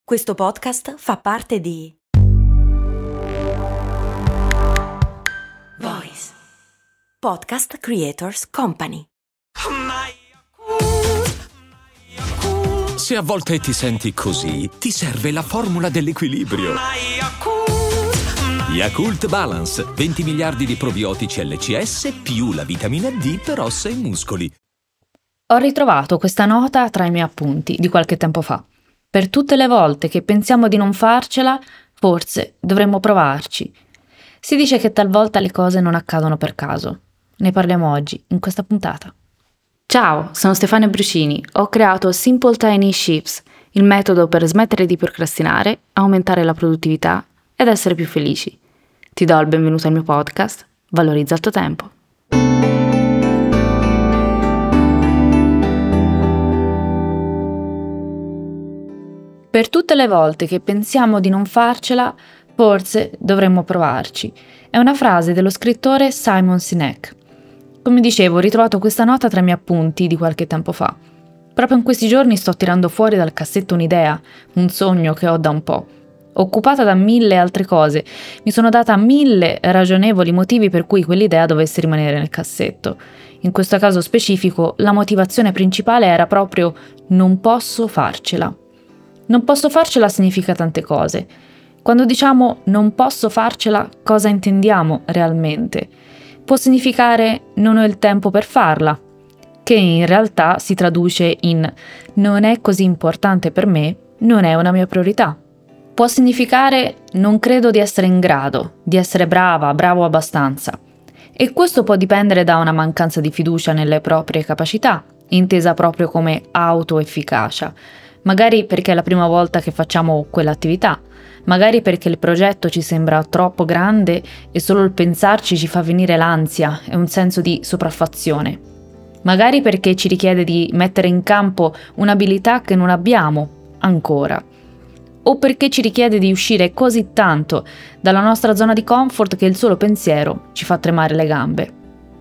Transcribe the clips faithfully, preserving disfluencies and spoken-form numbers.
Questo podcast fa parte di Voice Podcast Creators Company. Se a volte ti senti così, ti serve la formula dell'equilibrio. Yakult Balance, venti miliardi di probiotici L C S più la vitamina D per ossa e muscoli. Ho ritrovato questa nota tra i miei appunti di qualche tempo fa. Per tutte le volte che pensiamo di non farcela, forse dovremmo provarci. Si dice che talvolta le cose non accadono per caso. Ne parliamo oggi, in questa puntata. Ciao, sono Stefania Brucini. Ho creato Simple Tiny Shifts, il metodo per smettere di procrastinare, aumentare la produttività ed essere più felici. Ti do il benvenuto al mio podcast, Valorizza il tuo tempo. Per tutte le volte che pensiamo di non farcela, forse dovremmo provarci. È una frase dello scrittore Simon Sinek. Come dicevo, ho ritrovato questa nota tra i miei appunti di qualche tempo fa. Proprio in questi giorni sto tirando fuori dal cassetto un'idea, un sogno che ho da un po'. Occupata da mille altre cose, mi sono data mille ragionevoli motivi per cui quell'idea dovesse rimanere nel cassetto. In questo caso specifico, la motivazione principale era proprio non posso farcela. Non posso farcela significa tante cose. Quando diciamo non posso farcela, cosa intendiamo realmente? Può significare non ho il tempo per farla, che in realtà si traduce in non è così importante per me, non è una mia priorità. Può significare non credo di essere in grado, di essere brava, bravo abbastanza. E questo può dipendere da una mancanza di fiducia nelle proprie capacità, intesa proprio come autoefficacia. Magari perché è la prima volta che facciamo quell'attività, magari perché il progetto ci sembra troppo grande e solo il pensarci ci fa venire l'ansia e un senso di sopraffazione. Magari perché ci richiede di mettere in campo un'abilità che non abbiamo ancora. O perché ci richiede di uscire così tanto dalla nostra zona di comfort che il solo pensiero ci fa tremare le gambe.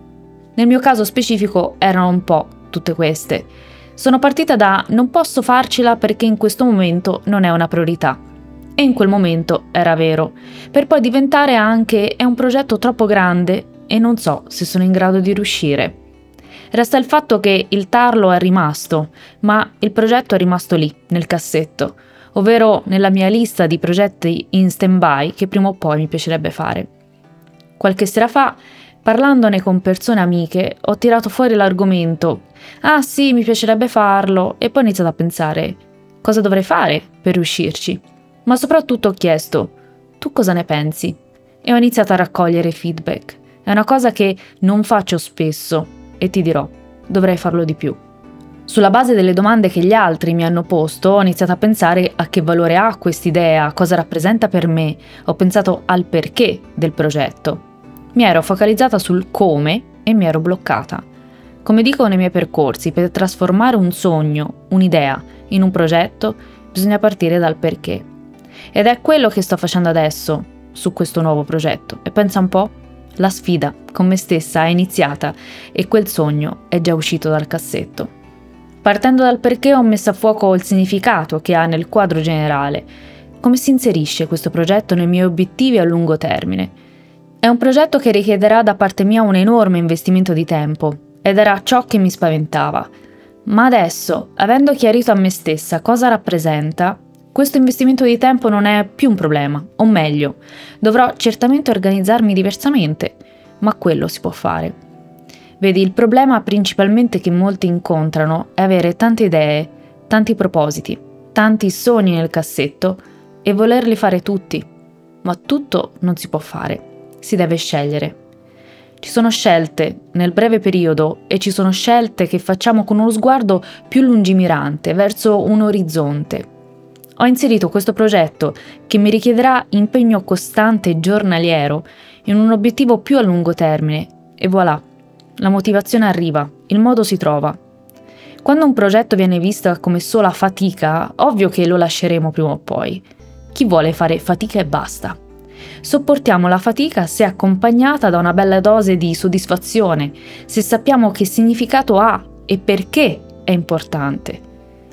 Nel mio caso specifico erano un po' tutte queste. Sono partita da non posso farcela perché in questo momento non è una priorità. E in quel momento era vero, per poi diventare anche è un progetto troppo grande e non so se sono in grado di riuscire. Resta il fatto che il tarlo è rimasto, ma il progetto è rimasto lì, nel cassetto, ovvero nella mia lista di progetti in stand-by che prima o poi mi piacerebbe fare. Qualche sera fa, parlandone con persone amiche, ho tirato fuori l'argomento. Ah sì, mi piacerebbe farlo, e poi ho iniziato a pensare cosa dovrei fare per riuscirci. Ma soprattutto ho chiesto, tu cosa ne pensi? E ho iniziato a raccogliere feedback. È una cosa che non faccio spesso e ti dirò, dovrei farlo di più. Sulla base delle domande che gli altri mi hanno posto, ho iniziato a pensare a che valore ha quest'idea, cosa rappresenta per me. Ho pensato al perché del progetto. Mi ero focalizzata sul come e mi ero bloccata. Come dico nei miei percorsi, per trasformare un sogno, un'idea, in un progetto, bisogna partire dal perché. Ed è quello che sto facendo adesso, su questo nuovo progetto. E pensa un po', la sfida con me stessa è iniziata e quel sogno è già uscito dal cassetto. Partendo dal perché ho messo a fuoco il significato che ha nel quadro generale. Come si inserisce questo progetto nei miei obiettivi a lungo termine? È un progetto che richiederà da parte mia un enorme investimento di tempo ed era ciò che mi spaventava. Ma adesso, avendo chiarito a me stessa cosa rappresenta, questo investimento di tempo non è più un problema, o meglio, dovrò certamente organizzarmi diversamente, ma quello si può fare. Vedi, il problema principalmente che molti incontrano è avere tante idee, tanti propositi, tanti sogni nel cassetto e volerli fare tutti, ma tutto non si può fare. Si deve scegliere. Ci sono scelte nel breve periodo e ci sono scelte che facciamo con uno sguardo più lungimirante verso un orizzonte. Ho inserito questo progetto che mi richiederà impegno costante e giornaliero in un obiettivo più a lungo termine e voilà, la motivazione arriva, il modo si trova. Quando un progetto viene visto come sola fatica, ovvio che lo lasceremo prima o poi. Chi vuole fare fatica e basta? Sopportiamo la fatica se accompagnata da una bella dose di soddisfazione, se sappiamo che significato ha e perché è importante.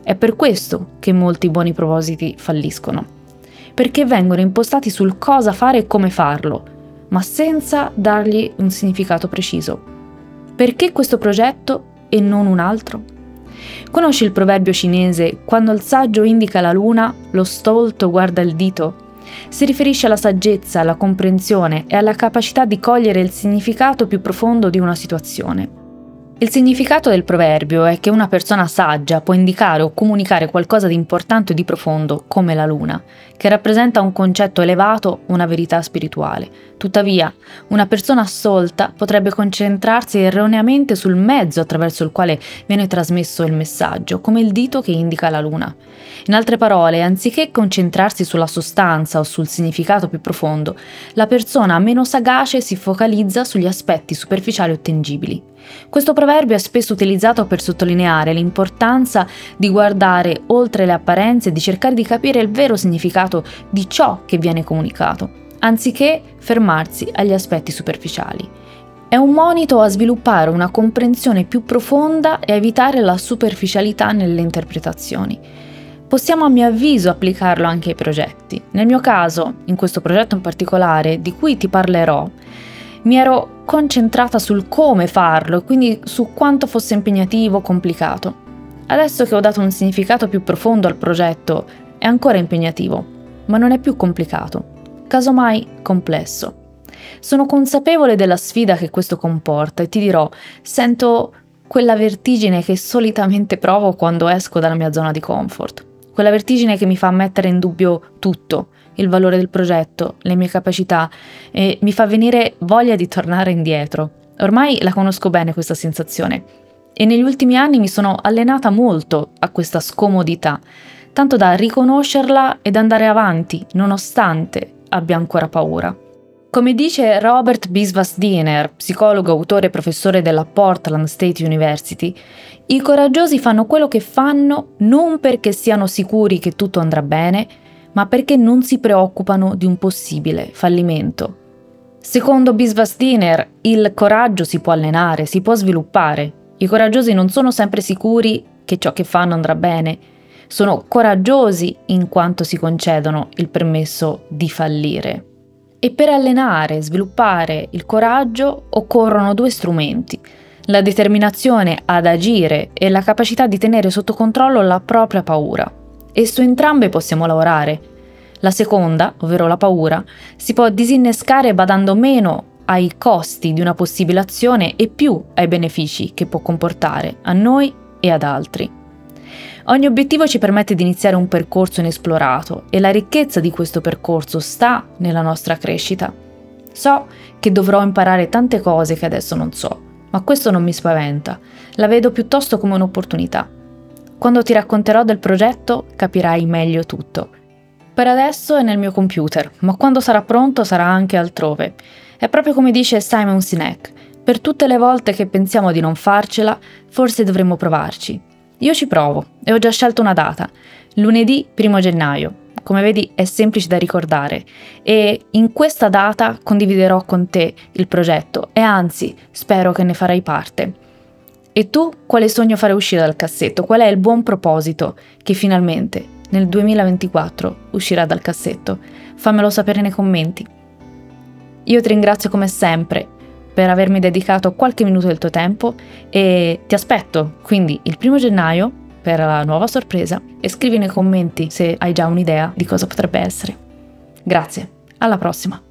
È per questo che molti buoni propositi falliscono, perché vengono impostati sul cosa fare e come farlo, ma senza dargli un significato preciso. Perché questo progetto e non un altro? Conosci il proverbio cinese «Quando il saggio indica la luna, lo stolto guarda il dito»? Si riferisce alla saggezza, alla comprensione e alla capacità di cogliere il significato più profondo di una situazione. Il significato del proverbio è che una persona saggia può indicare o comunicare qualcosa di importante o di profondo, come la luna, che rappresenta un concetto elevato, una verità spirituale. Tuttavia, una persona stolta potrebbe concentrarsi erroneamente sul mezzo attraverso il quale viene trasmesso il messaggio, come il dito che indica la luna. In altre parole, anziché concentrarsi sulla sostanza o sul significato più profondo, la persona meno sagace si focalizza sugli aspetti superficiali o tangibili. Questo proverbio è spesso utilizzato per sottolineare l'importanza di guardare oltre le apparenze e di cercare di capire il vero significato di ciò che viene comunicato, anziché fermarsi agli aspetti superficiali. È un monito a sviluppare una comprensione più profonda e a evitare la superficialità nelle interpretazioni. Possiamo a mio avviso applicarlo anche ai progetti. Nel mio caso, in questo progetto in particolare, di cui ti parlerò, mi ero concentrata sul come farlo e quindi su quanto fosse impegnativo o complicato. Adesso che ho dato un significato più profondo al progetto, è ancora impegnativo, ma non è più complicato, casomai complesso. Sono consapevole della sfida che questo comporta e ti dirò, sento quella vertigine che solitamente provo quando esco dalla mia zona di comfort. Quella vertigine che mi fa mettere in dubbio tutto, il valore del progetto, le mie capacità, e mi fa venire voglia di tornare indietro. Ormai la conosco bene questa sensazione e negli ultimi anni mi sono allenata molto a questa scomodità, tanto da riconoscerla ed andare avanti, nonostante abbia ancora paura. Come dice Robert Biswas-Diener, psicologo, autore e professore della Portland State University, i coraggiosi fanno quello che fanno non perché siano sicuri che tutto andrà bene, ma perché non si preoccupano di un possibile fallimento. Secondo Biswas-Diener, il coraggio si può allenare, si può sviluppare. I coraggiosi non sono sempre sicuri che ciò che fanno andrà bene, sono coraggiosi in quanto si concedono il permesso di fallire. E per allenare e sviluppare il coraggio occorrono due strumenti: la determinazione ad agire e la capacità di tenere sotto controllo la propria paura. E su entrambe possiamo lavorare. La seconda, ovvero la paura, si può disinnescare badando meno ai costi di una possibile azione e più ai benefici che può comportare a noi e ad altri. Ogni obiettivo ci permette di iniziare un percorso inesplorato e la ricchezza di questo percorso sta nella nostra crescita. So che dovrò imparare tante cose che adesso non so, ma questo non mi spaventa, la vedo piuttosto come un'opportunità. Quando ti racconterò del progetto capirai meglio tutto. Per adesso è nel mio computer, ma quando sarà pronto sarà anche altrove. È proprio come dice Simon Sinek: per tutte le volte che pensiamo di non farcela, forse dovremmo provarci. Io ci provo e ho già scelto una data, lunedì primo gennaio. Come vedi è semplice da ricordare e in questa data condividerò con te il progetto e anzi spero che ne farai parte. E tu quale sogno farai uscire dal cassetto? Qual è il buon proposito che finalmente nel duemilaventiquattro uscirà dal cassetto? Fammelo sapere nei commenti. Io ti ringrazio come sempre per avermi dedicato qualche minuto del tuo tempo e ti aspetto quindi il primo gennaio per la nuova sorpresa e scrivi nei commenti se hai già un'idea di cosa potrebbe essere. Grazie, alla prossima!